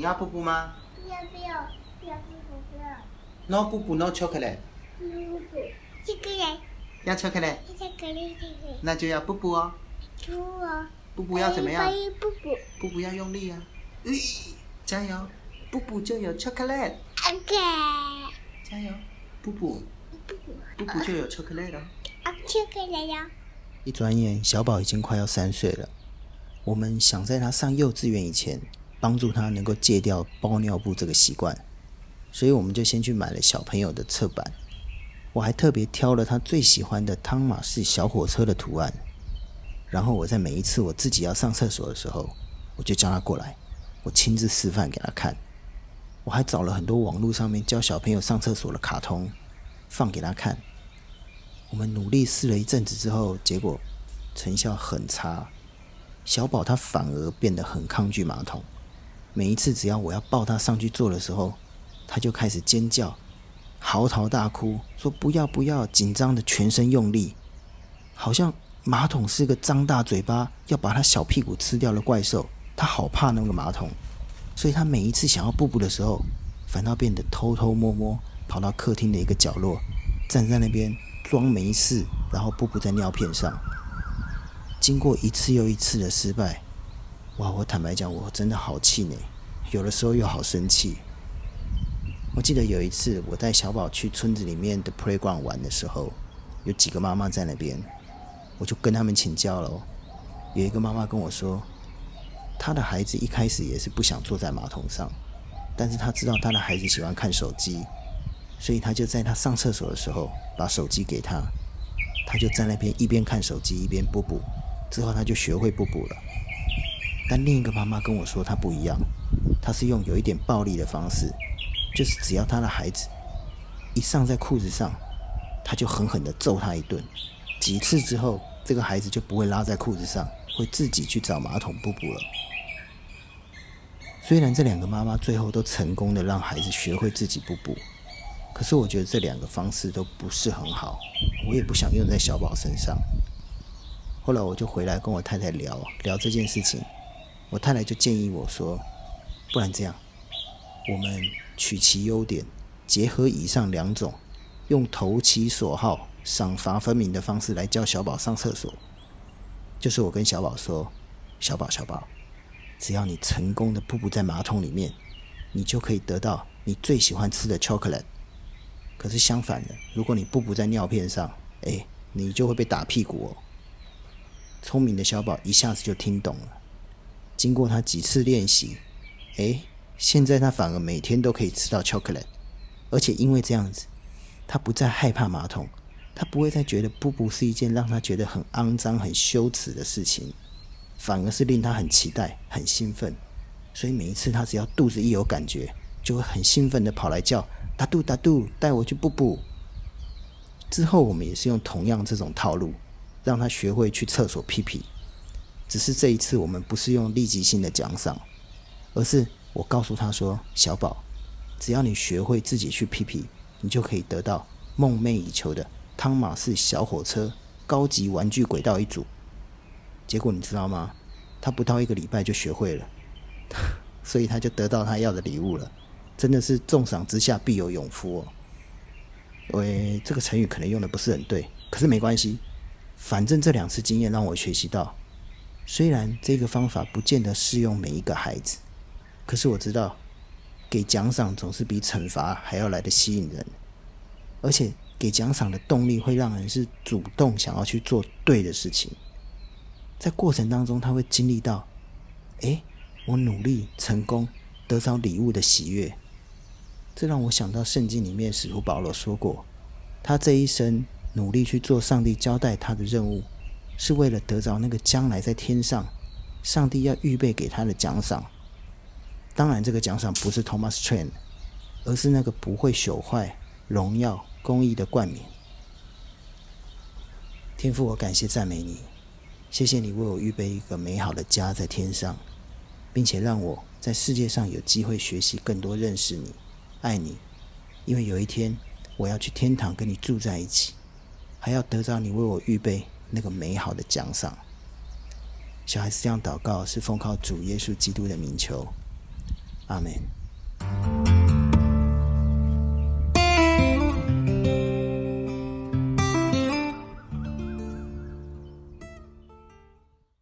你要布布吗？ 不要，不要布布，不要。 No 布布 No chocolate。 布布，这个人。 要chocolate。 这个人，这个。 那就要布布哦。 布哦。 布布要怎么样？ 布布。 布布要用力啊！加油，布布就有 chocolate。 OK。 加油，布布。布布就有 chocolate 了。 chocolate 哦。 一转眼，小宝已经快要3岁了。我们想在他上幼稚园以前，帮助他能够戒掉包尿布这个习惯，所以我们就先去买了小朋友的侧板。我还特别挑了他最喜欢的汤马士小火车的图案。然后我在每一次我自己要上厕所的时候，我就叫他过来，我亲自示范给他看。我还找了很多网络上面教小朋友上厕所的卡通，放给他看。我们努力试了一阵子之后，结果成效很差。小宝他反而变得很抗拒马桶，每一次只要我要抱他上去坐的时候，他就开始尖叫，嚎啕大哭，说不要不要，紧张的全身用力，好像马桶是个张大嘴巴要把他小屁股吃掉的怪兽。他好怕那个马桶，所以他每一次想要布布的时候，反倒变得偷偷摸摸跑到客厅的一个角落，站在那边装没事，然后布布在尿片上。经过一次又一次的失败，哇！我坦白讲，我真的好气馁，有的时候又好生气。我记得有一次，我带小宝去村子里面的 playground 玩的时候，有几个妈妈在那边，我就跟他们请教了哦。有一个妈妈跟我说，她的孩子一开始也是不想坐在马桶上，但是她知道她的孩子喜欢看手机，所以她就在他上厕所的时候把手机给他，他就在那边一边看手机一边布布，之后他就学会布布了。但另一个妈妈跟我说她不一样，她是用有一点暴力的方式，就是只要她的孩子一上在裤子上，她就狠狠地揍他一顿，几次之后这个孩子就不会拉在裤子上，会自己去找马桶布布了。虽然这两个妈妈最后都成功的让孩子学会自己布布，可是我觉得这两个方式都不是很好，我也不想用在小宝身上。后来我就回来跟我太太聊这件事情，我太太就建议我说，不然这样，我们取其优点，结合以上两种，用投其所好、赏罚分明的方式来教小宝上厕所。就是我跟小宝说，小宝，只要你成功的布布在马桶里面，你就可以得到你最喜欢吃的 chocolate。可是相反的，如果你布布在尿片上，你就会被打屁股哦。聪明的小宝一下子就听懂了。经过他几次练习，现在他反而每天都可以吃到 chocolate， 而且因为这样子，他不再害怕马桶，他不会再觉得布布是一件让他觉得很肮脏、很羞耻的事情，反而是令他很期待、很兴奋。所以每一次他只要肚子一有感觉，就会很兴奋的跑来叫大肚大肚，带我去布布。之后我们也是用同样这种套路，让他学会去厕所屁屁。只是这一次我们不是用立即性的奖赏，而是我告诉他说，小宝，只要你学会自己去屁屁，你就可以得到梦寐以求的汤马士小火车高级玩具轨道一组。结果你知道吗？他不到1个礼拜就学会了，所以他就得到他要的礼物了。真的是重赏之下必有勇夫哦。这个成语可能用的不是很对，可是没关系，反正这2次经验让我学习到，虽然这个方法不见得适用每一个孩子，可是我知道给奖赏总是比惩罚还要来得吸引人，而且给奖赏的动力会让人是主动想要去做对的事情。在过程当中他会经历到我努力成功得到礼物的喜悦。这让我想到圣经里面使徒保罗说过，他这一生努力去做上帝交代他的任务，是为了得着那个将来在天上上帝要预备给他的奖赏。当然这个奖赏不是 Thomas Train， 而是那个不会朽坏、荣耀、公义的冠冕。天父，我感谢赞美你，谢谢你为我预备一个美好的家在天上，并且让我在世界上有机会学习更多认识你、爱你，因为有一天我要去天堂跟你住在一起，还要得着你为我预备那个美好的奖赏。小孩子这样祷告是奉靠主耶稣基督的名求， 阿门。